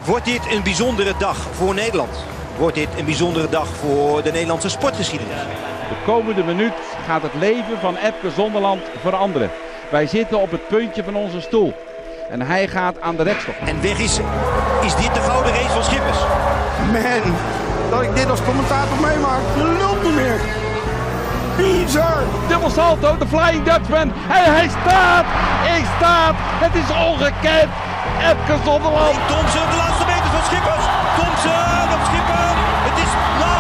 Wordt dit een bijzondere dag voor Nederland? Wordt dit een bijzondere dag voor de Nederlandse sportgeschiedenis? De komende minuut gaat het leven van Epke Zonderland veranderen. Wij zitten op het puntje van onze stoel. En hij gaat aan de rekstok. En weg is dit de gouden race van Schippers? Man, dat ik dit als commentator meemaak, je lult niet meer. Bizar. Dubbel salto, de Flying Dutchman. En hij staat! Hij staat! Het is ongekend! Epke Zonderland. Thompson, de laatste meter van Schippers. Thompson op Schipper. Het is nou.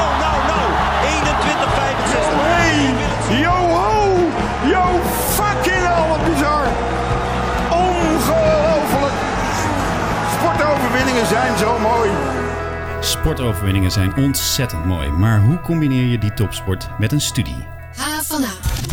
21-65. Hey, yo ho. Yo fucking hell, wat bizar. Ongelooflijk. Sportoverwinningen zijn zo mooi. Sportoverwinningen zijn ontzettend mooi. Maar hoe combineer je die topsport met een studie? Havana.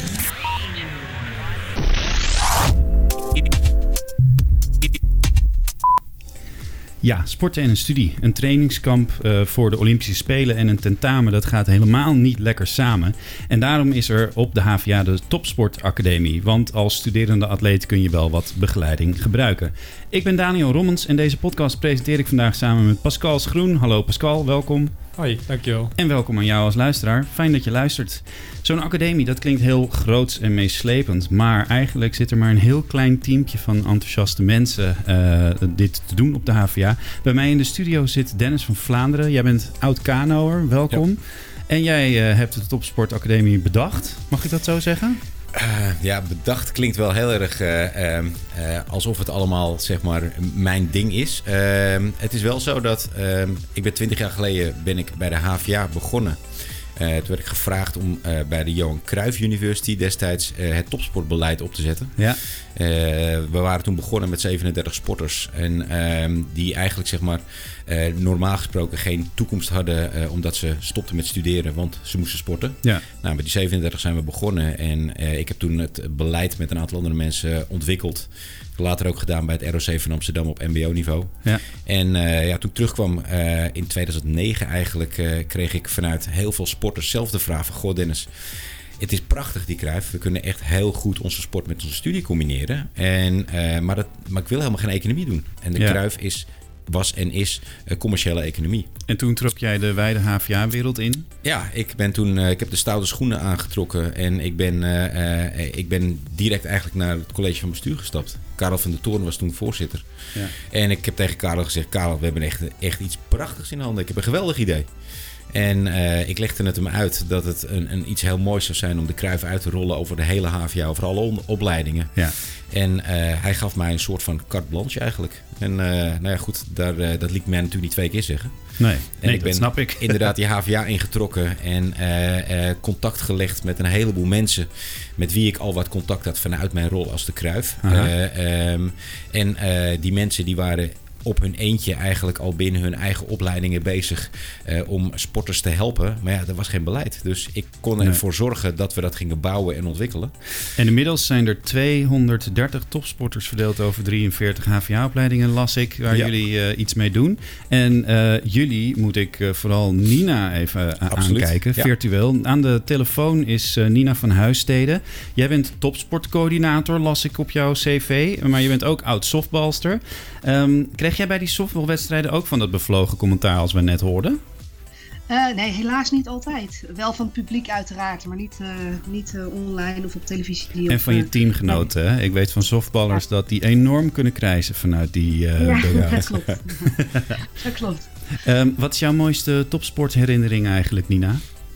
Ja, sporten en een studie. Een trainingskamp voor de Olympische Spelen en een tentamen, dat gaat helemaal niet lekker samen. En daarom is er op de HVA de Topsportacademie. Want als studerende atleet kun je wel wat begeleiding gebruiken. Ik ben Daniel Rommens en deze podcast presenteer ik vandaag samen met Pascal Schroen. Hallo Pascal, welkom. Hoi, dankjewel. En welkom aan jou als luisteraar. Fijn dat je luistert. Zo'n academie, dat klinkt heel groots en meeslepend. Maar eigenlijk zit er maar een heel klein teampje van enthousiaste mensen dit te doen op de HVA. Bij mij in de studio zit Dennis van Vlaanderen. Jij bent oud-kanoër, welkom. Ja. En jij hebt de Topsportacademie bedacht. Mag ik dat zo zeggen? Ja, bedacht klinkt wel heel erg alsof het allemaal, zeg maar, mijn ding is. Het is wel zo dat ik ben 20 jaar geleden ben ik bij de HVA begonnen. Toen werd ik gevraagd om bij de Johan Cruijff University destijds het topsportbeleid op te zetten. Ja. We waren toen begonnen met 37 sporters. En die eigenlijk, zeg maar, normaal gesproken geen toekomst hadden omdat ze stopten met studeren, want ze moesten sporten. Ja. Nou, met die 37 zijn we begonnen. En ik heb toen het beleid met een aantal andere mensen ontwikkeld. Later ook gedaan bij het ROC van Amsterdam op mbo-niveau. Ja. En toen ik terugkwam in 2009 eigenlijk, kreeg ik vanuit heel veel sporters zelf de vraag van: goh Dennis, het is prachtig die Cruijff. We kunnen echt heel goed onze sport met onze studie combineren. Maar ik wil helemaal geen economie doen. En de Cruijff was en is commerciële economie. En toen trok jij de wijde HVA-wereld in? Ja, ik heb de stoute schoenen aangetrokken en ik ben direct eigenlijk naar het college van bestuur gestapt. Karel van der Toorn was toen voorzitter. Ja. En ik heb tegen Karel gezegd: Karel, we hebben echt iets prachtigs in handen. Ik heb een geweldig idee. En ik legde het hem uit dat het een iets heel moois zou zijn om de Cruijff uit te rollen over de hele HVA, over alle opleidingen. Ja. En hij gaf mij een soort van carte blanche eigenlijk. En goed, dat liet mij natuurlijk niet 2 keer zeggen. Nee, dat snap ik. Inderdaad die HVA ingetrokken en contact gelegd met een heleboel mensen met wie ik al wat contact had vanuit mijn rol als de Cruijff. Die mensen die waren op hun eentje eigenlijk al binnen hun eigen opleidingen bezig om sporters te helpen. Maar ja, er was geen beleid. Dus ik kon ervoor zorgen dat we dat gingen bouwen en ontwikkelen. En inmiddels zijn er 230 topsporters verdeeld over 43 HVA-opleidingen, las ik, waar jullie iets mee doen. En jullie moet ik vooral Nina even aankijken, virtueel. Aan de telefoon is Nina van Huisstede. Jij bent topsportcoördinator, las ik op jouw cv, maar je bent ook oud softbalster. Kreeg jij bij die softballwedstrijden ook van dat bevlogen commentaar als we net hoorden? Nee, helaas niet altijd. Wel van het publiek uiteraard, maar niet online of op televisie. En van je teamgenoten, hè? Ik weet van softballers dat die enorm kunnen krijzen vanuit die dat klopt. Dat klopt. Wat is jouw mooiste topsportherinnering eigenlijk, Nina?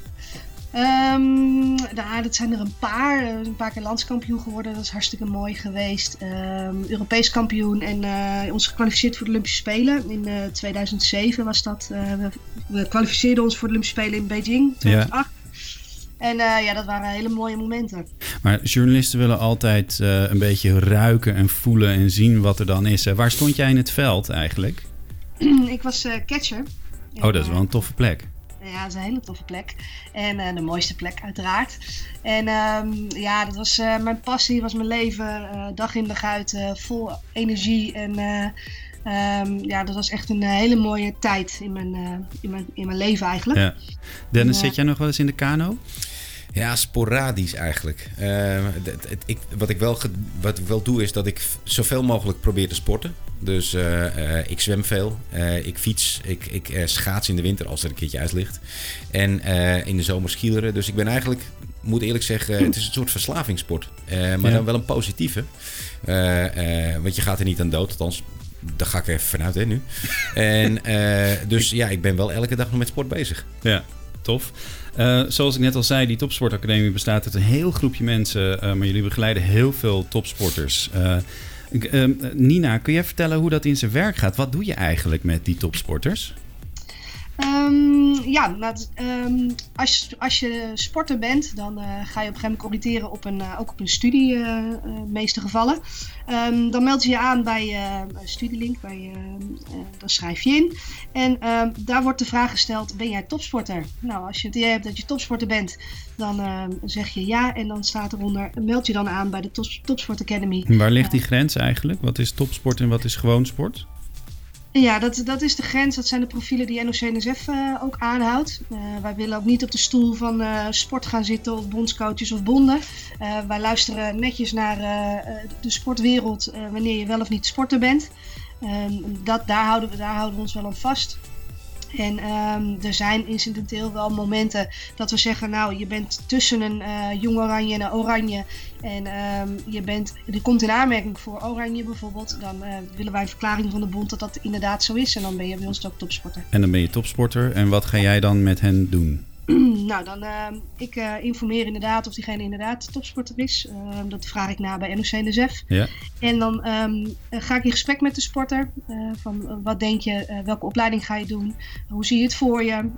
Dat zijn er een paar. Een paar keer landskampioen geworden. Dat is hartstikke mooi geweest. Europees kampioen en ons gekwalificeerd voor de Olympische Spelen. In 2007 was dat. We kwalificeerden ons voor de Olympische Spelen in Beijing, 2008. Ja. En dat waren hele mooie momenten. Maar journalisten willen altijd een beetje ruiken en voelen en zien wat er dan is. Hè? Waar stond jij in het veld eigenlijk? Ik was catcher. Oh, dat is wel een toffe plek. Ja, dat is een hele toffe plek. En de mooiste plek uiteraard. En dat was mijn passie, was mijn leven. Dag in dag uit, vol energie. En dat was echt een hele mooie tijd in mijn leven eigenlijk. Ja. Dennis, zit jij nog wel eens in de kano? Ja, sporadisch eigenlijk. Wat ik wel doe is dat ik zoveel mogelijk probeer te sporten. Dus ik zwem veel, ik fiets, ik schaats in de winter als er een keertje ijs ligt. En in de zomer skileren. Dus ik ben eigenlijk, moet eerlijk zeggen, het is een soort verslavingssport. Maar dan wel een positieve. Want je gaat er niet aan dood, althans, daar ga ik even vanuit nu. En dus ja, ik ben wel elke dag nog met sport bezig. Ja, tof. Zoals ik net al zei, die topsportacademie bestaat uit een heel groepje mensen. Maar jullie begeleiden heel veel topsporters. Nina, kun jij vertellen hoe dat in zijn werk gaat? Wat doe je eigenlijk met die topsporters? Als je sporter bent, dan ga je op een gegeven moment oriënteren ook op een studie, meeste gevallen. Dan meld je je aan bij Studielink, dan schrijf je in. En daar wordt de vraag gesteld, ben jij topsporter? Nou, als je het idee hebt dat je topsporter bent, dan zeg je ja. En dan staat eronder, meld je dan aan bij de Topsport Academy. En waar ligt die grens eigenlijk? Wat is topsport en wat is gewoon sport? Ja, dat is de grens. Dat zijn de profielen die NOC-NSF ook aanhoudt. Wij willen ook niet op de stoel van sport gaan zitten of bondscoaches of bonden. Wij luisteren netjes naar de sportwereld wanneer je wel of niet sporter bent. Daar houden we ons wel aan vast. En er zijn incidenteel wel momenten dat we zeggen, nou, je bent tussen een jong oranje en een oranje. En je komt in aanmerking voor oranje bijvoorbeeld. Dan willen wij een verklaring van de bond dat dat inderdaad zo is. En dan ben je bij ons ook topsporter. En dan ben je topsporter. En wat ga jij dan met hen doen? Nou, ik informeer inderdaad of diegene inderdaad topsporter is. Dat vraag ik na bij NOC-NSF. Ja. En dan ga ik in gesprek met de sporter. Van wat denk je, welke opleiding ga je doen? Hoe zie je het voor je?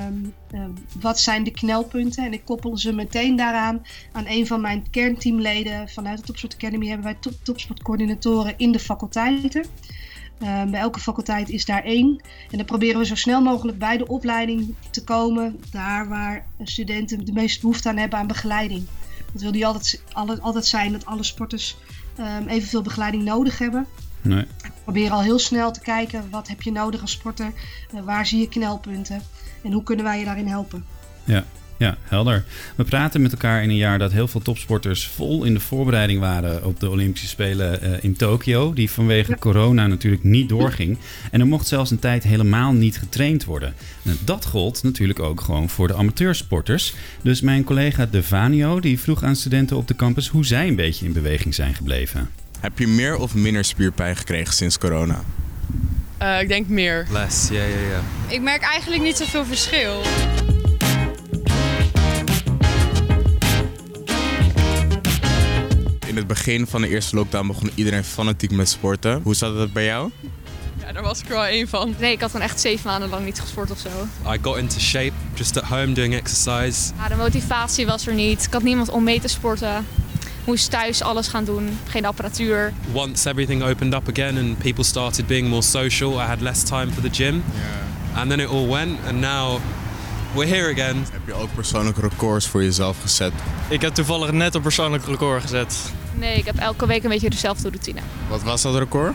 Wat zijn de knelpunten? En ik koppel ze meteen daaraan aan een van mijn kernteamleden. Vanuit de Topsport Academy hebben wij topsportcoördinatoren in de faculteiten. Bij elke faculteit is daar 1. En dan proberen we zo snel mogelijk bij de opleiding te komen. Daar waar studenten de meeste behoefte aan hebben aan begeleiding. Het wil niet altijd zijn dat alle sporters evenveel begeleiding nodig hebben. Nee. We proberen al heel snel te kijken, wat heb je nodig als sporter? Waar zie je knelpunten? En hoe kunnen wij je daarin helpen? Ja, helder. We praten met elkaar in een jaar dat heel veel topsporters vol in de voorbereiding waren op de Olympische Spelen in Tokio. Die vanwege corona natuurlijk niet doorging. En er mocht zelfs een tijd helemaal niet getraind worden. En dat gold natuurlijk ook gewoon voor de amateursporters. Dus mijn collega Devanio die vroeg aan studenten op de campus hoe zij een beetje in beweging zijn gebleven. Heb je meer of minder spierpijn gekregen sinds corona? Ik denk meer. Less, ja. Ik merk eigenlijk niet zoveel verschil. In het begin van de eerste lockdown begon iedereen fanatiek met sporten. Hoe zat het bij jou? Ja, daar was ik er wel één van. Nee, ik had gewoon echt 7 maanden lang niet gesport of zo. I got into shape, just at home doing exercise. Ja, de motivatie was er niet. Ik had niemand om mee te sporten. Moest thuis alles gaan doen, geen apparatuur. Once everything opened up again and people started being more social, I had less time for the gym. Yeah. And then it all went and now we're here again. Heb je ook persoonlijke records voor jezelf gezet? Ik heb toevallig net een persoonlijk record gezet. Nee, ik heb elke week een beetje dezelfde routine. Wat was dat record?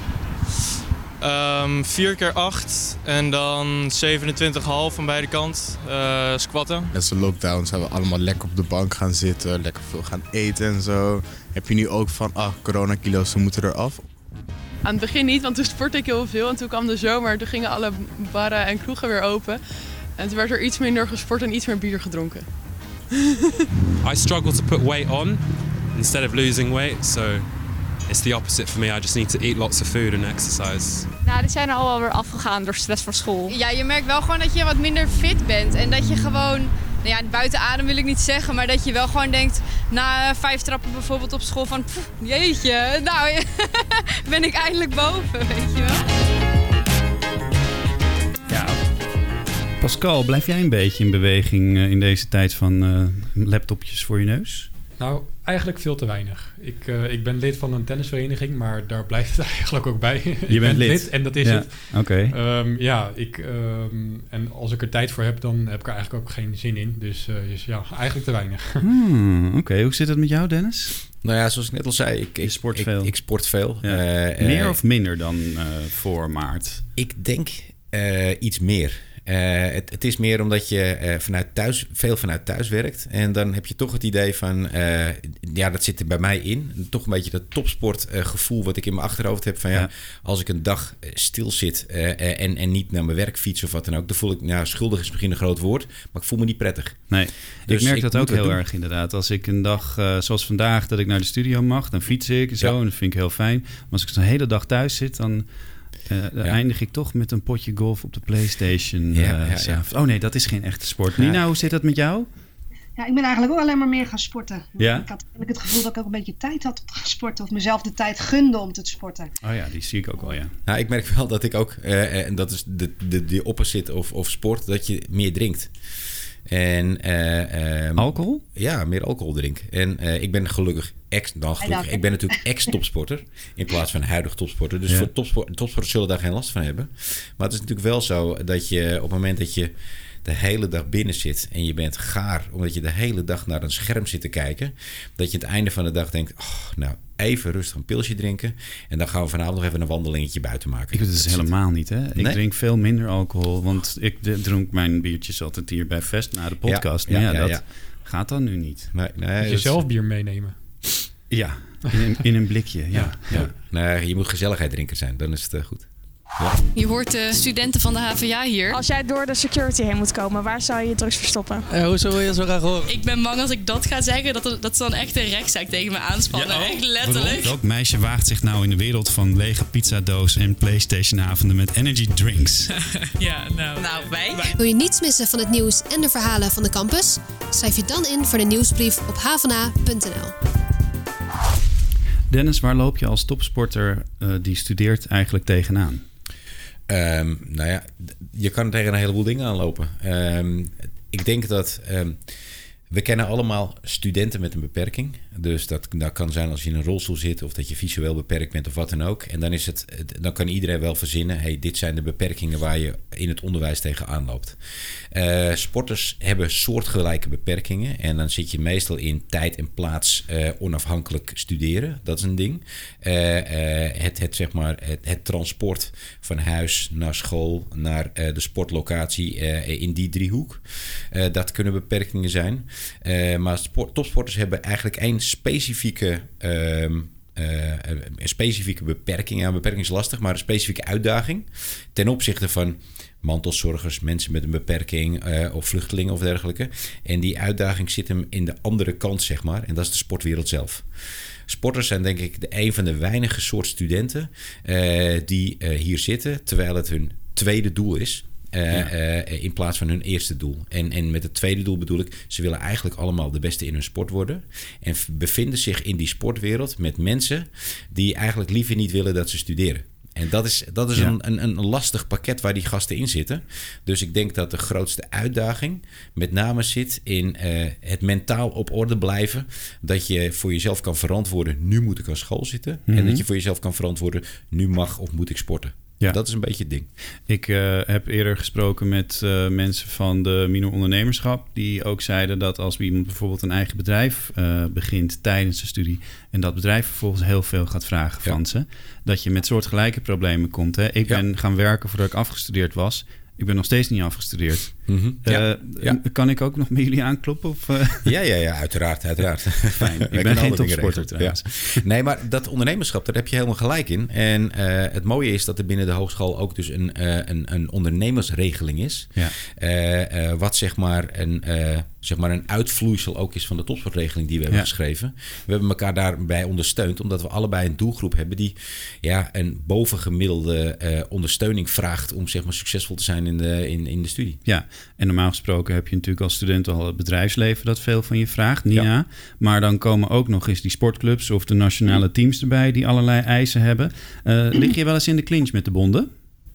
4 keer 8 en dan 27,5 van beide kanten squatten. Met de lockdown zijn we allemaal lekker op de bank gaan zitten, lekker veel gaan eten en zo. Heb je nu ook van, coronakilo's, ze moeten eraf? Aan het begin niet, want toen sportte ik heel veel en toen kwam de zomer. Toen gingen alle barren en kroegen weer open. En toen werd er iets minder gesport en iets meer bier gedronken. I struggle to put weight on instead of losing weight, so it's the opposite for me. I just need to eat lots of food and exercise. Nou, die zijn er al wel weer afgegaan door stress van school. Ja, je merkt wel gewoon dat je wat minder fit bent en dat je gewoon, buiten adem wil ik niet zeggen, maar dat je wel gewoon denkt na 5 trappen bijvoorbeeld op school van, jeetje, nou ben ik eindelijk boven, weet je wel. Ja. Pascal, blijf jij een beetje in beweging in deze tijd van laptopjes voor je neus? Nou, eigenlijk veel te weinig. Ik ben lid van een tennisvereniging, maar daar blijft het eigenlijk ook bij. Je bent lid en dat is het. Oké. En als ik er tijd voor heb, dan heb ik er eigenlijk ook geen zin in. Dus ja, eigenlijk te weinig. Oké. Hoe zit het met jou, Dennis? Nou ja, zoals ik net al zei, ik sport veel. Ja. Meer of minder dan voor maart? Ik denk iets meer. Het is meer omdat je veel vanuit thuis werkt. En dan heb je toch het idee van... dat zit er bij mij in. Toch een beetje dat topsportgevoel wat ik in mijn achterhoofd heb. Van als ik een dag stil zit en niet naar mijn werk fiets of wat dan ook... dan voel ik, schuldig is misschien een groot woord... maar ik voel me niet prettig. Nee, dus ik merk dat ook heel erg inderdaad. Als ik een dag, zoals vandaag, dat ik naar de studio mag... dan fiets ik en zo en dat vind ik heel fijn. Maar als ik zo'n hele dag thuis zit, dan eindig ik toch met een potje golf op de PlayStation. Oh nee, dat is geen echte sport. Nina, hoe zit dat met jou? Ja, ik ben eigenlijk ook alleen maar meer gaan sporten. Ja? Ik had eigenlijk het gevoel dat ik ook een beetje tijd had om te gaan sporten. Of mezelf de tijd gunde om te sporten. Oh ja, die zie ik ook wel, ja. Nou, ik merk wel dat ik ook, en dat is de opposite of sport, dat je meer drinkt. En alcohol? Ja, meer alcohol drink. En ik ben gelukkig ik ben natuurlijk ex-topsporter in plaats van huidig topsporter. Dus voor topsporters zullen daar geen last van hebben. Maar het is natuurlijk wel zo dat je op het moment dat je de hele dag binnen zit en je bent gaar, omdat je de hele dag naar een scherm zit te kijken, dat je aan het einde van de dag denkt, even rustig een pilsje drinken en dan gaan we vanavond nog even een wandelingetje buiten maken. Ik doe het dus helemaal niet, hè? Ik drink veel minder alcohol, want ik dronk mijn biertjes altijd hier bij Vest na de podcast. Dat gaat dan nu niet. Nee, moet je zelf bier meenemen? Ja, in een blikje, ja. Nee, je moet gezelligheiddrinker zijn, dan is het goed. Ja. Je hoort de studenten van de HVA hier. Als jij door de security heen moet komen, waar zou je je drugs verstoppen? Hoezo wil je dat zo graag horen? Ik ben bang als ik dat ga zeggen, dat ze dan echt een rechtszaak tegen me aanspannen. Ja, echt letterlijk. Welk meisje waagt zich nou in de wereld van lege pizzadoos en PlayStation-avonden met energy drinks? Nou, wij. Wil je niets missen van het nieuws en de verhalen van de campus? Schrijf je dan in voor de nieuwsbrief op havana.nl. Dennis, waar loop je als topsporter die studeert eigenlijk tegenaan? Je kan tegen een heleboel dingen aanlopen. Ik denk dat we kennen allemaal studenten met een beperking. Dus dat kan zijn als je in een rolstoel zit of dat je visueel beperkt bent of wat dan ook. En dan kan iedereen wel verzinnen, dit zijn de beperkingen waar je in het onderwijs tegenaan loopt. Sporters hebben soortgelijke beperkingen en dan zit je meestal in tijd en plaats onafhankelijk studeren. Dat is een ding. Het transport van huis naar school, naar de sportlocatie in die driehoek. Dat kunnen beperkingen zijn. Maar topsporters hebben eigenlijk één specifieke beperking. Ja, een beperking is lastig, maar een specifieke uitdaging ten opzichte van mantelzorgers, mensen met een beperking of vluchtelingen of dergelijke. En die uitdaging zit hem in de andere kant, zeg maar. En dat is de sportwereld zelf. Sporters zijn denk ik een van de weinige soort studenten die hier zitten, terwijl het hun tweede doel is. In plaats van hun eerste doel. En met het tweede doel bedoel ik, ze willen eigenlijk allemaal de beste in hun sport worden. En bevinden zich in die sportwereld met mensen die eigenlijk liever niet willen dat ze studeren. En dat is een lastig pakket waar die gasten in zitten. Dus ik denk dat de grootste uitdaging met name zit in het mentaal op orde blijven. Dat je voor jezelf kan verantwoorden, nu moet ik aan school zitten. En dat je voor jezelf kan verantwoorden, nu mag of moet ik sporten. Ja. Dat is een beetje het ding. Ik heb eerder gesproken met mensen van de Minor Ondernemerschap. Die ook zeiden dat als iemand bijvoorbeeld een eigen bedrijf begint tijdens de studie. En dat bedrijf vervolgens heel veel gaat vragen van ze. Dat je met soortgelijke problemen komt. Hè? Ik ben gaan werken voordat ik afgestudeerd was. Ik ben nog steeds niet afgestudeerd. Mm-hmm. Kan ik ook nog bij jullie aankloppen? Of, Ja, uiteraard. Fijn. Ik ben geen topsporter trouwens. Ja. Nee, maar dat ondernemerschap, daar heb je helemaal gelijk in. En het mooie is dat er binnen de hogeschool ook dus een ondernemersregeling is. Ja. Wat zeg maar een uitvloeisel ook is van de topsportregeling die we hebben geschreven. We hebben elkaar daarbij ondersteund, omdat we allebei een doelgroep hebben die een bovengemiddelde ondersteuning vraagt om zeg maar succesvol te zijn in de studie. Ja, en normaal gesproken heb je natuurlijk als student al het bedrijfsleven dat veel van je vraagt, Nina. Ja. Maar dan komen ook nog eens die sportclubs of de nationale teams erbij die allerlei eisen hebben. Lig je wel eens in de clinch met de bonden?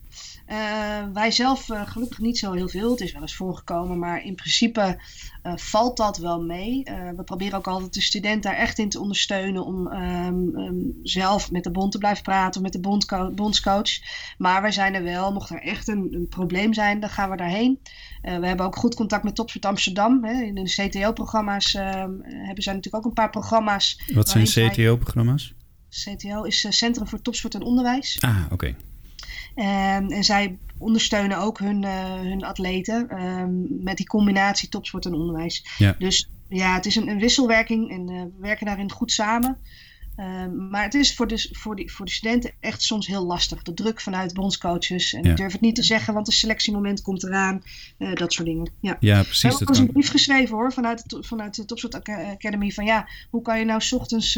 Wij zelf gelukkig niet zo heel veel. Het is wel eens voorgekomen, maar in principe valt dat wel mee. We proberen ook altijd de student daar echt in te ondersteunen om zelf met de bond te blijven praten, of met de bondscoach. Maar wij zijn er wel, mocht er echt een probleem zijn, dan gaan we daarheen. We hebben ook goed contact met Topsport Amsterdam. Hè. In de CTO-programma's hebben zij natuurlijk ook een paar programma's. Wat zijn CTO-programma's? CTO is Centrum voor Topsport en Onderwijs. Ah, oké. En zij ondersteunen ook hun atleten met die combinatie topsport en onderwijs. Ja. Dus ja, het is een wisselwerking en we werken daarin goed samen. Maar het is voor de studenten echt soms heel lastig. De druk vanuit bondscoaches. En ik durf het niet te zeggen, want het selectiemoment komt eraan. Dat soort dingen. Ja, precies. We hebben ook een brief geschreven hoor, vanuit de Topsport Academy. Van hoe kan je nou 's ochtends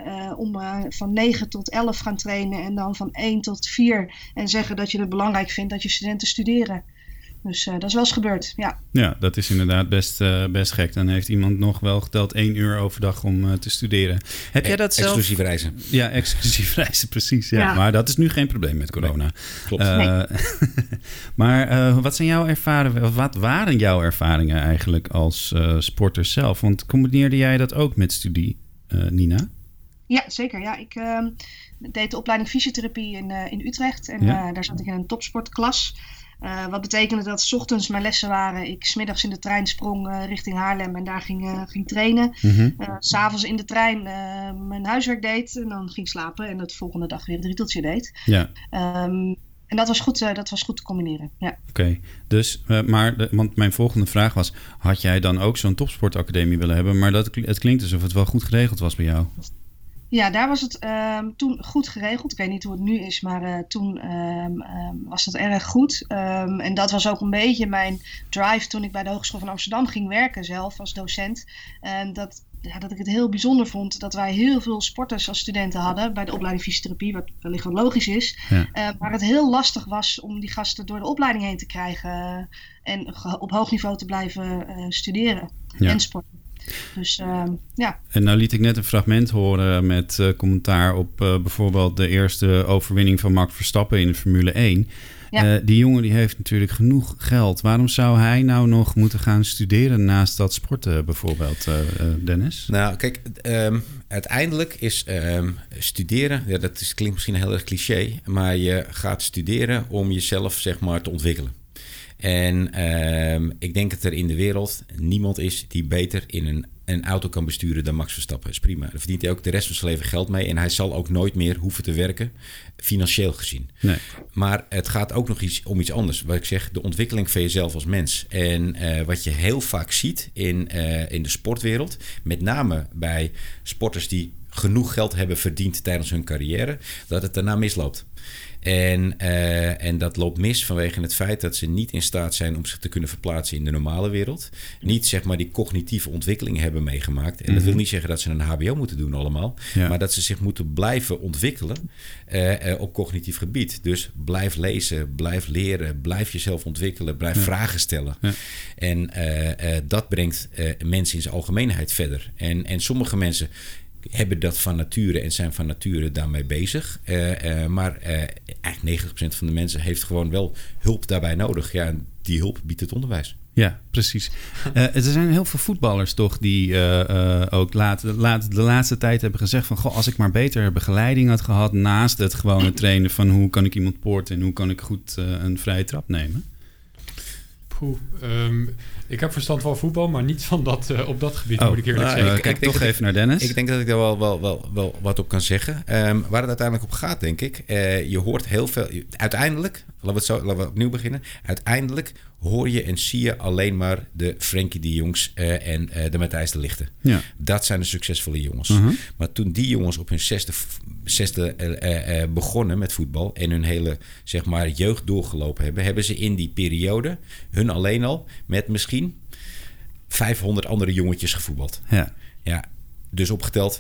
van 9 tot 11 gaan trainen. En dan van 1 tot 4. En zeggen dat je het belangrijk vindt dat je studenten studeren. Dus dat is wel eens gebeurd, ja. Ja, dat is inderdaad best gek. Dan heeft iemand nog wel geteld 1 uur overdag om te studeren. Heb jij dat zelf? Exclusief reizen. Ja, exclusief reizen, precies. Ja. Maar dat is nu geen probleem met corona. Nee, klopt. Maar wat waren jouw ervaringen eigenlijk als sporter zelf? Want combineerde jij dat ook met studie, Nina? Ja, zeker. Ja, ik deed de opleiding fysiotherapie in Utrecht. En daar zat ik in een topsportklas. Wat betekende dat 's ochtends mijn lessen waren. Ik 's middags in de trein sprong richting Haarlem en daar ging trainen. 's Avonds in de trein mijn huiswerk deed en dan ging slapen. En de volgende dag weer het rieteltje deed. Ja. En dat was goed te combineren. Ja. Oké. Dus, want mijn volgende vraag was: had jij dan ook zo'n topsportacademie willen hebben? Maar het klinkt alsof het wel goed geregeld was bij jou. Ja, daar was het toen goed geregeld. Ik weet niet hoe het nu is, maar toen was dat erg goed. En dat was ook een beetje mijn drive toen ik bij de Hogeschool van Amsterdam ging werken zelf als docent. Dat ik het heel bijzonder vond dat wij heel veel sporters als studenten hadden bij de opleiding fysiotherapie, wat wellicht wel logisch is. Ja. Maar het heel lastig was om die gasten door de opleiding heen te krijgen en op hoog niveau te blijven studeren en sporten. Dus ja. En nou liet ik net een fragment horen met commentaar op bijvoorbeeld de eerste overwinning van Max Verstappen in de Formule 1. Ja. Die jongen die heeft natuurlijk genoeg geld. Waarom zou hij nou nog moeten gaan studeren naast dat sporten bijvoorbeeld, Dennis? Nou, kijk, uiteindelijk is studeren, klinkt misschien heel erg cliché, maar je gaat studeren om jezelf zeg maar te ontwikkelen. En ik denk dat er in de wereld niemand is die beter in een auto kan besturen dan Max Verstappen. Dat is prima. Daar verdient hij ook de rest van zijn leven geld mee. En hij zal ook nooit meer hoeven te werken, financieel gezien. Nee. Maar het gaat ook nog om iets anders. Wat ik zeg, de ontwikkeling van jezelf als mens. En wat je heel vaak ziet in de sportwereld, met name bij sporters die genoeg geld hebben verdiend tijdens hun carrière, dat het daarna misloopt. En dat loopt mis vanwege het feit dat ze niet in staat zijn om zich te kunnen verplaatsen in de normale wereld. Niet zeg maar die cognitieve ontwikkeling hebben meegemaakt. En dat wil niet zeggen dat ze een HBO moeten doen allemaal. Ja. Maar dat ze zich moeten blijven ontwikkelen op cognitief gebied. Dus blijf lezen, blijf leren, blijf jezelf ontwikkelen, blijf vragen stellen. Ja. En dat brengt mensen in zijn algemeenheid verder. En sommige mensen hebben dat van nature en zijn van nature daarmee bezig. Maar eigenlijk 90% van de mensen heeft gewoon wel hulp daarbij nodig. Ja, en die hulp biedt het onderwijs. Ja, precies. Er zijn heel veel voetballers toch die ook de laatste tijd hebben gezegd van, goh, als ik maar beter begeleiding had gehad naast het gewone trainen van hoe kan ik iemand poorten en hoe kan ik goed een vrije trap nemen. Ik heb verstand van voetbal, maar niet van op dat gebied, moet ik eerlijk zeggen. Kijk toch even naar Dennis. Ik denk dat ik daar wel wat op kan zeggen. Waar het uiteindelijk op gaat, denk ik. Je hoort heel veel. Uiteindelijk, laten we opnieuw beginnen. Uiteindelijk hoor je en zie je alleen maar de Frenkie de Jongs en de Matthijs de Ligt. Ja. Dat zijn de succesvolle jongens. Uh-huh. Maar toen die jongens op hun zesde begonnen met voetbal en hun hele zeg maar jeugd doorgelopen hebben ze in die periode hun alleen al met misschien 500 andere jongetjes gevoetbald. Ja. Dus opgeteld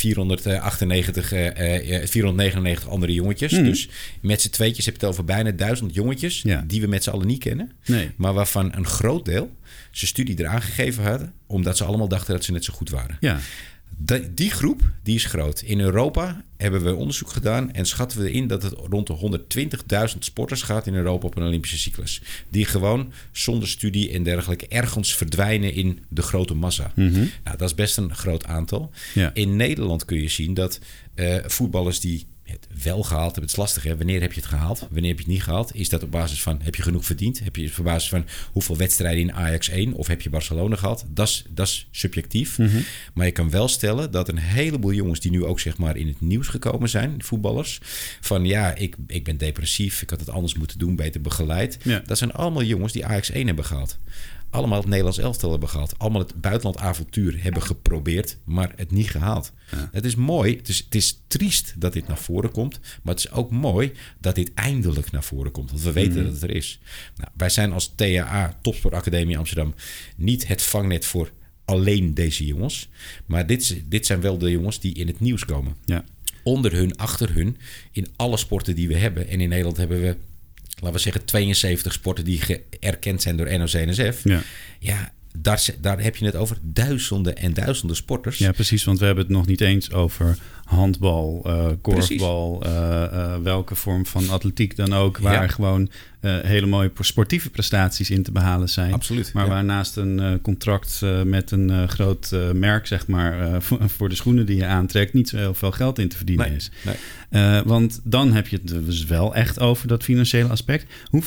499 andere jongetjes. Mm. Dus met z'n tweetjes heb je het over bijna 1000 jongetjes die we met z'n allen niet kennen. Nee. Maar waarvan een groot deel zijn studie eraan gegeven hadden, omdat ze allemaal dachten dat ze net zo goed waren. Ja. Die groep, die is groot. In Europa hebben we onderzoek gedaan en schatten we in dat het rond de 120.000 sporters gaat in Europa op een Olympische cyclus. Die gewoon zonder studie en dergelijke ergens verdwijnen in de grote massa. Mm-hmm. Nou, dat is best een groot aantal. Ja. In Nederland kun je zien dat voetballers die het wel gehaald hebben. Het is lastig, hè? Wanneer heb je het gehaald? Wanneer heb je het niet gehaald? Is dat op basis van, heb je genoeg verdiend? Heb je het op basis van hoeveel wedstrijden in Ajax 1? Of heb je Barcelona gehad? Dat is subjectief. Mm-hmm. Maar je kan wel stellen dat een heleboel jongens die nu ook zeg maar in het nieuws gekomen zijn, voetballers, van ja, ik ben depressief, ik had het anders moeten doen, beter begeleid. Ja. Dat zijn allemaal jongens die Ajax 1 hebben gehaald. Allemaal het Nederlands elftal hebben gehad. Allemaal het buitenlandavontuur hebben geprobeerd, maar het niet gehaald. Ja. Het is mooi. Het is triest dat dit naar voren komt. Maar het is ook mooi dat dit eindelijk naar voren komt. Want we weten dat het er is. Nou, wij zijn als TAA, Topsportacademie Amsterdam, niet het vangnet voor alleen deze jongens. Maar dit zijn wel de jongens die in het nieuws komen. Ja. Onder hun, achter hun, in alle sporten die we hebben. En in Nederland hebben we, laten we zeggen, 72 sporten die erkend zijn door NOC-NSF. Ja, daar heb je het over duizenden en duizenden sporters. Ja, precies, want we hebben het nog niet eens over handbal, korfbal, welke vorm van atletiek dan ook, waar gewoon hele mooie sportieve prestaties in te behalen zijn. Absoluut. Maar waar naast een contract met een groot merk, zeg maar, voor de schoenen die je aantrekt, niet zo heel veel geld in te verdienen is. Nee. Want dan heb je het dus wel echt over dat financiële aspect.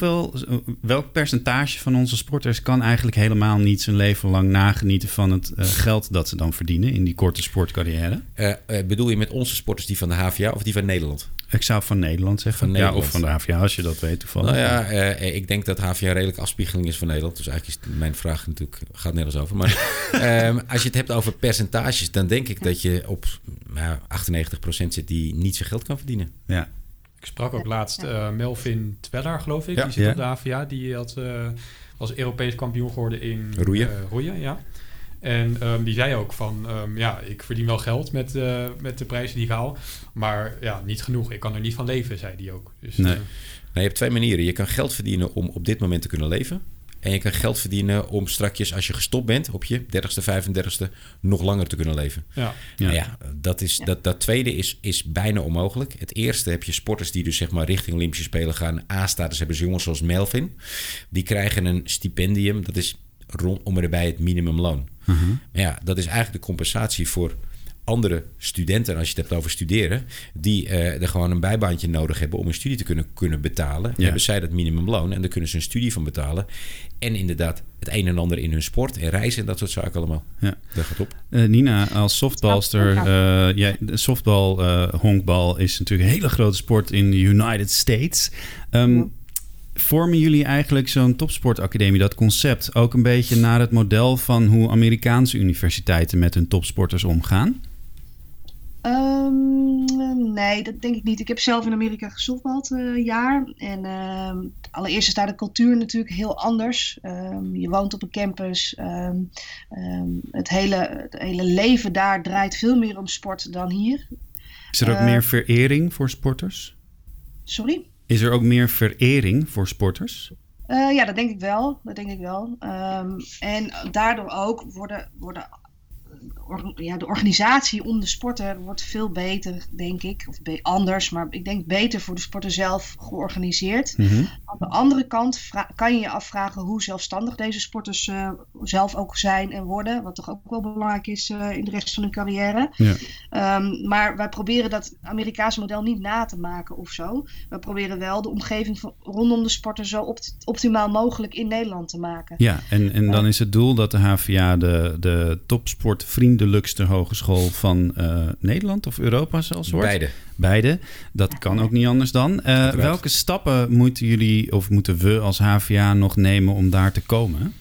Welk percentage van onze sporters kan eigenlijk helemaal niet zijn leven lang nagenieten van het geld dat ze dan verdienen in die korte sportcarrière? Bedoel je met onze sporters die van de HVA of die van Nederland? Ik zou van Nederland zeggen. Van Nederland. Ja, of van de HVA, als je dat weet toevallig. Nou ja, ik denk dat HVA een redelijke afspiegeling is van Nederland. Dus eigenlijk is mijn vraag natuurlijk, gaat nergens over. Maar als je het hebt over percentages, dan denk ik dat je op 98% zit die niet zijn geld kan verdienen. Ja. Ik sprak ook laatst Melvin Tweller, geloof ik. Ja. Die zit op de HVA. Die was Europees kampioen geworden in roeien. Ja. En die zei ook van, ik verdien wel geld met de prijzen die ik haal. Maar ja, niet genoeg. Ik kan er niet van leven, zei die ook. Dus, nee. Je hebt twee manieren. Je kan geld verdienen om op dit moment te kunnen leven. En je kan geld verdienen om strakjes, als je gestopt bent, op je 30ste, 35ste, nog langer te kunnen leven. Ja. Nou ja, dat tweede is bijna onmogelijk. Het eerste heb je sporters die dus zeg maar richting Olympische Spelen gaan. A-status hebben ze jongens zoals Melvin. Die krijgen een stipendium. Dat is rondom erbij het minimumloon. Uh-huh. Ja, dat is eigenlijk de compensatie voor andere studenten, als je het hebt over studeren, die er gewoon een bijbaantje nodig hebben om een studie te kunnen betalen. Ja. Hebben zij dat minimumloon en daar kunnen ze een studie van betalen. En inderdaad het een en ander in hun sport en reizen en dat soort zaken allemaal. Ja. Dat gaat op. Nina, als softbalster, softbal, honkbal is natuurlijk een hele grote sport in de United States. Vormen jullie eigenlijk zo'n topsportacademie, dat concept, ook een beetje naar het model van hoe Amerikaanse universiteiten met hun topsporters omgaan? Nee, dat denk ik niet. Ik heb zelf in Amerika gesoftbald een jaar. En allereerst is daar de cultuur natuurlijk heel anders. Je woont op een campus. Het hele leven daar draait veel meer om sport dan hier. Is er ook meer verering voor sporters? Sorry? Is er ook meer verering voor sporters? Ja, dat denk ik wel. En daardoor ook de organisatie om de sporter wordt veel beter, denk ik. Of anders, maar ik denk beter voor de sporter zelf georganiseerd. Mm-hmm. Aan de andere kant kan je je afvragen hoe zelfstandig deze sporters zelf ook zijn en worden. Wat toch ook wel belangrijk is in de rest van hun carrière. Ja. Maar wij proberen dat Amerikaanse model niet na te maken of zo. We proberen wel de omgeving rondom de sporter zo optimaal mogelijk in Nederland te maken. Ja, en dan is het doel dat de HVA de topsportvriendelijkste hogeschool van Nederland of Europa zelfs wordt? Beide. Dat kan ook niet anders dan. Welke stappen moeten jullie of moeten we als HVA nog nemen om daar te komen?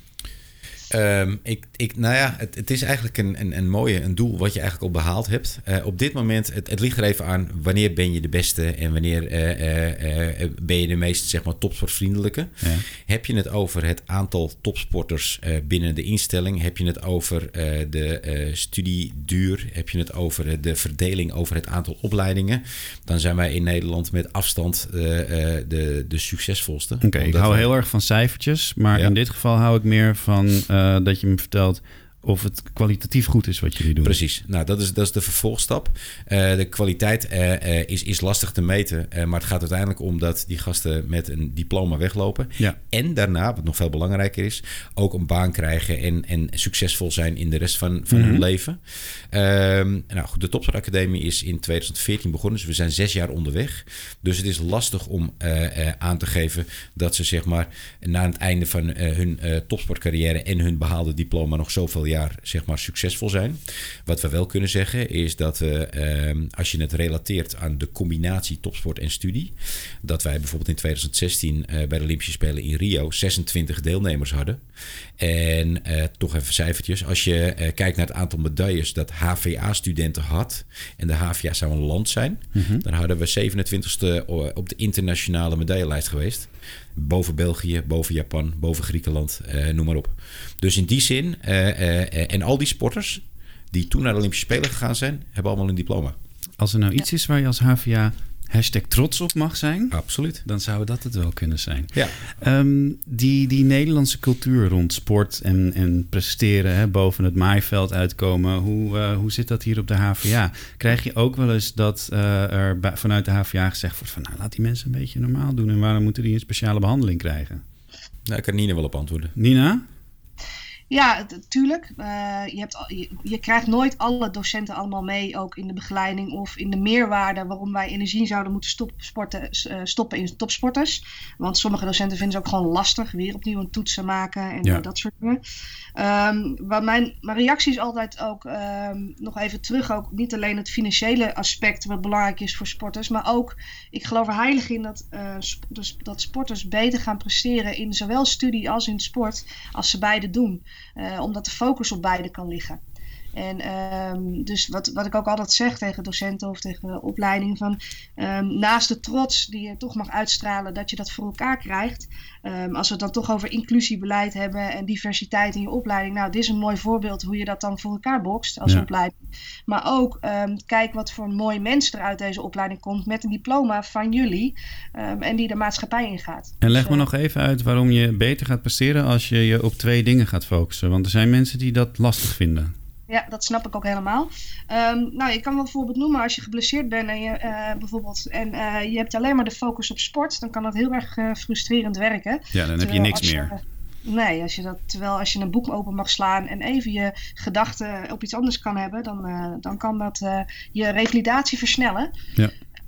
Het is eigenlijk een doel wat je eigenlijk al behaald hebt. Op dit moment, het ligt er even aan wanneer ben je de beste en wanneer ben je de meest zeg maar topsportvriendelijke. Ja. Heb je het over het aantal topsporters binnen de instelling? Heb je het over de studieduur? Heb je het over de verdeling over het aantal opleidingen? Dan zijn wij in Nederland met afstand de succesvolste. Oké, ik hou heel erg van cijfertjes, maar in dit geval hou ik meer van dat je me vertelt of het kwalitatief goed is wat jullie doen. Precies. Nou, dat is de vervolgstap. De kwaliteit is lastig te meten. Maar het gaat uiteindelijk om dat die gasten met een diploma weglopen. Ja. En daarna, wat nog veel belangrijker is, ook een baan krijgen en succesvol zijn in de rest van hun leven. Nou goed, de Topsportacademie is in 2014 begonnen. Dus we zijn 6 jaar onderweg. Dus het is lastig om aan te geven dat ze zeg maar na het einde van hun topsportcarrière en hun behaalde diploma nog zoveel jaar zeg maar succesvol zijn. Wat we wel kunnen zeggen is dat we, als je het relateert aan de combinatie topsport en studie, dat wij bijvoorbeeld in 2016 bij de Olympische Spelen in Rio 26 deelnemers hadden. En toch even cijfertjes. Als je kijkt naar het aantal medailles dat HVA-studenten had, en de HVA zou een land zijn, dan hadden we 27e op de internationale medaillelijst geweest. Boven België, boven Japan, boven Griekenland, noem maar op. Dus in die zin, en al die sporters die toen naar de Olympische Spelen gegaan zijn, hebben allemaal een diploma. Als er nou iets is waar je als HVA #trots op mag zijn, absoluut, dan zou dat het wel kunnen zijn. Ja. Die Nederlandse cultuur rond sport en presteren, hè, boven het maaiveld uitkomen, hoe zit dat hier op de HVA? Krijg je ook wel eens dat er vanuit de HVA gezegd wordt van, nou, laat die mensen een beetje normaal doen en waarom moeten die een speciale behandeling krijgen? Nou, ik kan Nina wel op antwoorden. Nina? Ja, tuurlijk. Je krijgt nooit alle docenten allemaal mee, ook in de begeleiding of in de meerwaarde waarom wij energie zouden moeten stoppen in topsporters. Want sommige docenten vinden ze ook gewoon lastig, weer opnieuw een toetsen maken en dat soort dingen. Mijn reactie is altijd ook nog even terug, ook niet alleen het financiële aspect wat belangrijk is voor sporters, maar ook, ik geloof er heilig in dat sporters beter gaan presteren in zowel studie als in sport, als ze beide doen. Omdat de focus op beide kan liggen. En dus wat ik ook altijd zeg tegen docenten of tegen de opleiding, van naast de trots die je toch mag uitstralen dat je dat voor elkaar krijgt, als we het dan toch over inclusiebeleid hebben en diversiteit in je opleiding, nou, dit is een mooi voorbeeld hoe je dat dan voor elkaar bokst als opleiding. Maar ook kijk wat voor een mooi mens er uit deze opleiding komt met een diploma van jullie en die de maatschappij ingaat. En leg me nog even uit waarom je beter gaat presteren als je je op 2 dingen gaat focussen. Want er zijn mensen die dat lastig vinden. Ja, dat snap ik ook helemaal. Nou, je kan wel bijvoorbeeld noemen als je geblesseerd bent en je hebt alleen maar de focus op sport, dan kan dat heel erg frustrerend werken. Ja, dan heb je niks meer. Nee, als je een boek open mag slaan en even je gedachten op iets anders kan hebben, dan kan dat je revalidatie versnellen. Ja.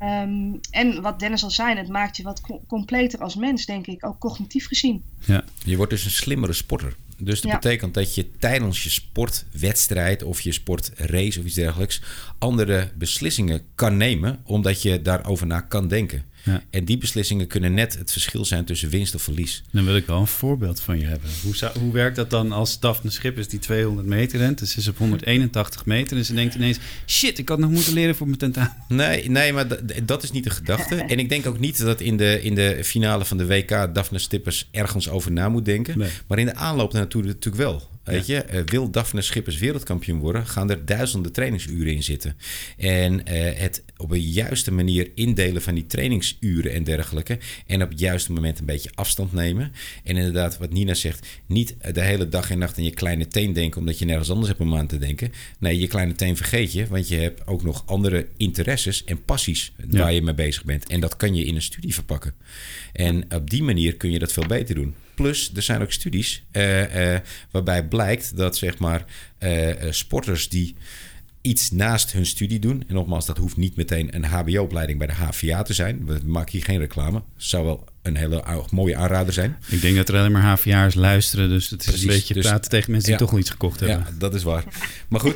En wat Dennis al zei, het maakt je wat completer als mens, denk ik, ook cognitief gezien. Ja. Je wordt dus een slimmere sporter. Dus dat betekent dat je tijdens je sportwedstrijd of je sportrace of iets dergelijks andere beslissingen kan nemen, omdat je daarover na kan denken. Ja. En die beslissingen kunnen net het verschil zijn tussen winst of verlies. Dan wil ik wel een voorbeeld van je hebben. Hoe werkt dat dan als Daphne Schippers die 200 meter rent? Dus ze is op 181 meter en ze denkt ineens, shit, ik had nog moeten leren voor mijn tentamen. Nee, maar dat is niet de gedachte. En ik denk ook niet dat in de finale van de WK Daphne Schippers ergens over na moet denken. Nee. Maar in de aanloop naartoe natuurlijk wel. Weet je, wil Daphne Schippers wereldkampioen worden, gaan er duizenden trainingsuren in zitten. En het op een juiste manier indelen van die trainingsuren en dergelijke. En op het juiste moment een beetje afstand nemen. En inderdaad, wat Nina zegt, niet de hele dag en nacht aan je kleine teen denken, omdat je nergens anders hebt om aan te denken. Nee, je kleine teen vergeet je, want je hebt ook nog andere interesses en passies waar je mee bezig bent. En dat kan je in een studie verpakken. En op die manier kun je dat veel beter doen. Plus, er zijn ook studies waarbij blijkt dat zeg maar sporters die iets naast hun studie doen, en nogmaals, dat hoeft niet meteen een hbo-opleiding bij de HVA te zijn. We maken hier geen reclame. Zou wel een hele mooie aanrader zijn. Ik denk dat er alleen maar HVA'ers luisteren, dus het is een beetje praten tegen mensen die toch wel iets gekocht hebben. Ja, dat is waar. Maar goed,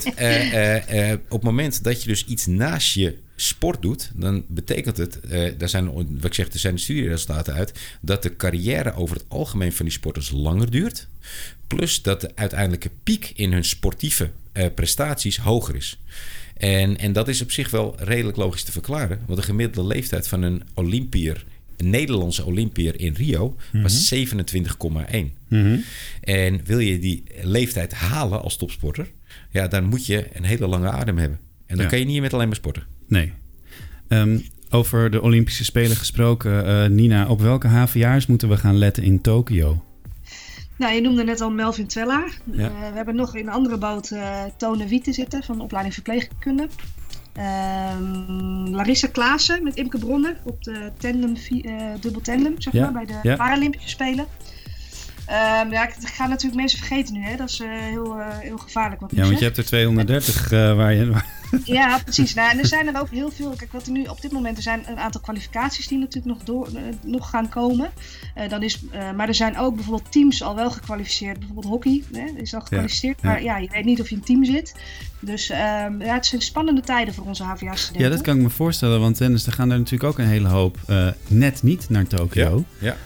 op het moment dat je dus iets naast je sport doet, dan betekent het, er zijn studieresultaten uit, dat de carrière over het algemeen van die sporters langer duurt. Plus dat de uiteindelijke piek in hun sportieve prestaties hoger is. En dat is op zich wel redelijk logisch te verklaren. Want de gemiddelde leeftijd van een Nederlandse Olympiër in Rio was 27,1. En wil je die leeftijd halen als topsporter, ja, dan moet je een hele lange adem hebben. En dan kan je niet met alleen maar sporten. Nee. Over de Olympische Spelen gesproken, Nina, op welke HVA'ers moeten we gaan letten in Tokio? Nou, je noemde net al Melvin Twellaar. We hebben nog in een andere boot Tone Wieten zitten van de opleiding verpleegkunde. Larissa Klaassen met Imke Bronner op de dubbel tandem, zeg maar, bij de Paralympische Spelen. Ik ga natuurlijk mensen vergeten nu, hè. Dat is heel gevaarlijk wat ik want je hebt er 230 waar je... Ja, precies. Nou, en er zijn er ook heel veel. Kijk, wat er nu op dit moment, er zijn een aantal kwalificaties die natuurlijk nog gaan komen. Maar er zijn ook bijvoorbeeld teams al wel gekwalificeerd. Bijvoorbeeld hockey is al gekwalificeerd. Maar je weet niet of je in een team zit. Dus het zijn spannende tijden voor onze HVA-studenten. Ja, dat kan ik me voorstellen. Want tennis, er gaan er natuurlijk ook een hele hoop net niet naar Tokio. Ja.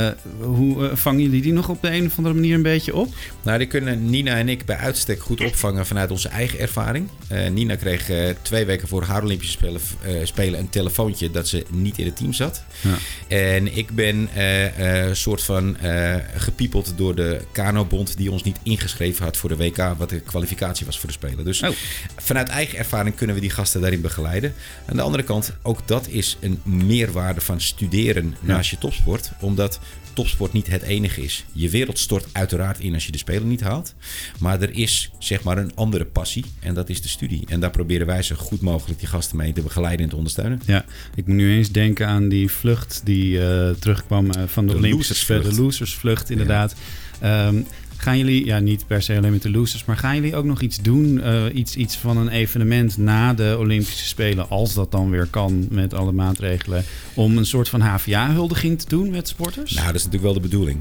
Hoe vangen jullie die nog op de een of andere manier een beetje op? Nou, die kunnen Nina en ik bij uitstek goed opvangen vanuit onze eigen ervaring. Nina kreeg 2 weken voor haar Olympische Spelen een telefoontje dat ze niet in het team zat. Ja. En ik ben soort van gepiepeld door de Kanobond die ons niet ingeschreven had voor de WK, wat de kwalificatie was voor de Spelen. Dus vanuit eigen ervaring kunnen we die gasten daarin begeleiden. Aan de andere kant, ook dat is een meerwaarde van studeren naast je topsport, omdat topsport niet het enige is. Je wereld stort uiteraard in als je de Spelen niet haalt. Maar er is zeg maar een andere passie en dat is de studie. En daar proberen wij zo goed mogelijk die gasten mee te begeleiden en te ondersteunen. Ja, ik moet nu eens denken aan die vlucht die terugkwam van de Olympische Spelen. De losersvlucht inderdaad. Ja. Gaan jullie, niet per se alleen met de losers, maar gaan jullie ook nog iets doen? Iets van een evenement na de Olympische Spelen, als dat dan weer kan met alle maatregelen, om een soort van HVA-huldiging te doen met sporters? Nou, dat is natuurlijk wel de bedoeling.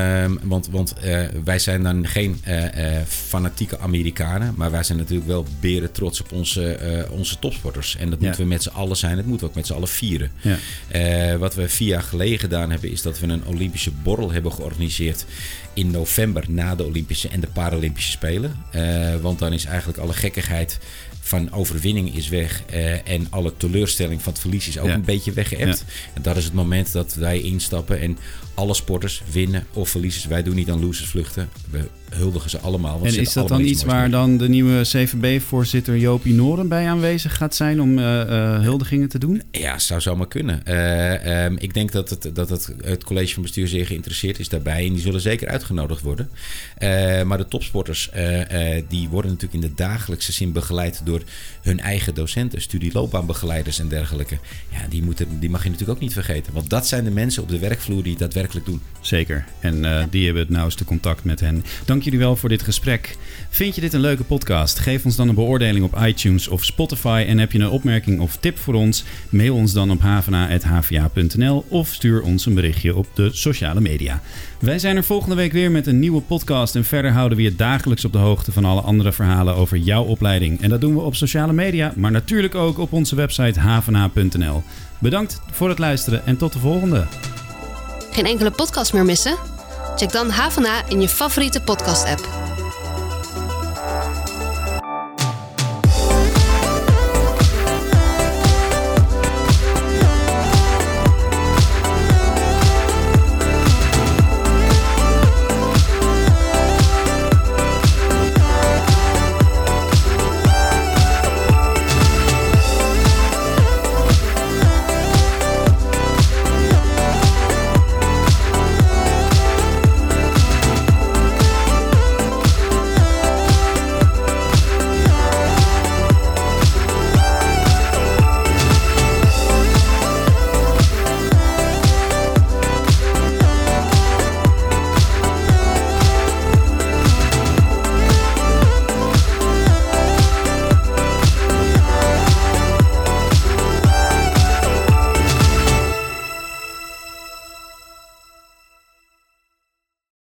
Want wij zijn dan geen fanatieke Amerikanen, maar wij zijn natuurlijk wel beren trots op onze topsporters. En dat moeten we met z'n allen zijn, dat moeten we ook met z'n allen vieren. Ja. Wat we 4 jaar geleden gedaan hebben, is dat we een Olympische borrel hebben georganiseerd in november na de Olympische en de Paralympische Spelen. Want dan is eigenlijk alle gekkigheid van overwinning is weg. En alle teleurstelling van het verlies is ook een beetje weggeëpt. Ja. En dat is het moment dat wij instappen en alle sporters winnen of verliezen. Wij doen niet aan losersvluchten. We huldigen ze allemaal. Want en is dat dan iets waar dan de nieuwe CVB-voorzitter Jopie Noren bij aanwezig gaat zijn om huldigingen te doen? Ja, zou zomaar kunnen. Ik denk dat het college van bestuur zeer geïnteresseerd is daarbij. En die zullen zeker uitgenodigd worden. Maar de topsporters die worden natuurlijk in de dagelijkse zin begeleid door hun eigen docenten, studieloopbaanbegeleiders en dergelijke. Ja, die mag je natuurlijk ook niet vergeten. Want dat zijn de mensen op de werkvloer die het daadwerkelijk doen. Zeker. En die hebben het nauwste contact met hen. Dank jullie wel voor dit gesprek. Vind je dit een leuke podcast? Geef ons dan een beoordeling op iTunes of Spotify. En heb je een opmerking of tip voor ons? Mail ons dan op havana@hva.nl of stuur ons een berichtje op de sociale media. Wij zijn er volgende week weer met een nieuwe podcast. En verder houden we je dagelijks op de hoogte van alle andere verhalen over jouw opleiding. En dat doen we op sociale media, maar natuurlijk ook op onze website havana.nl. Bedankt voor het luisteren en tot de volgende. Geen enkele podcast meer missen? Check dan HVA in je favoriete podcast-app.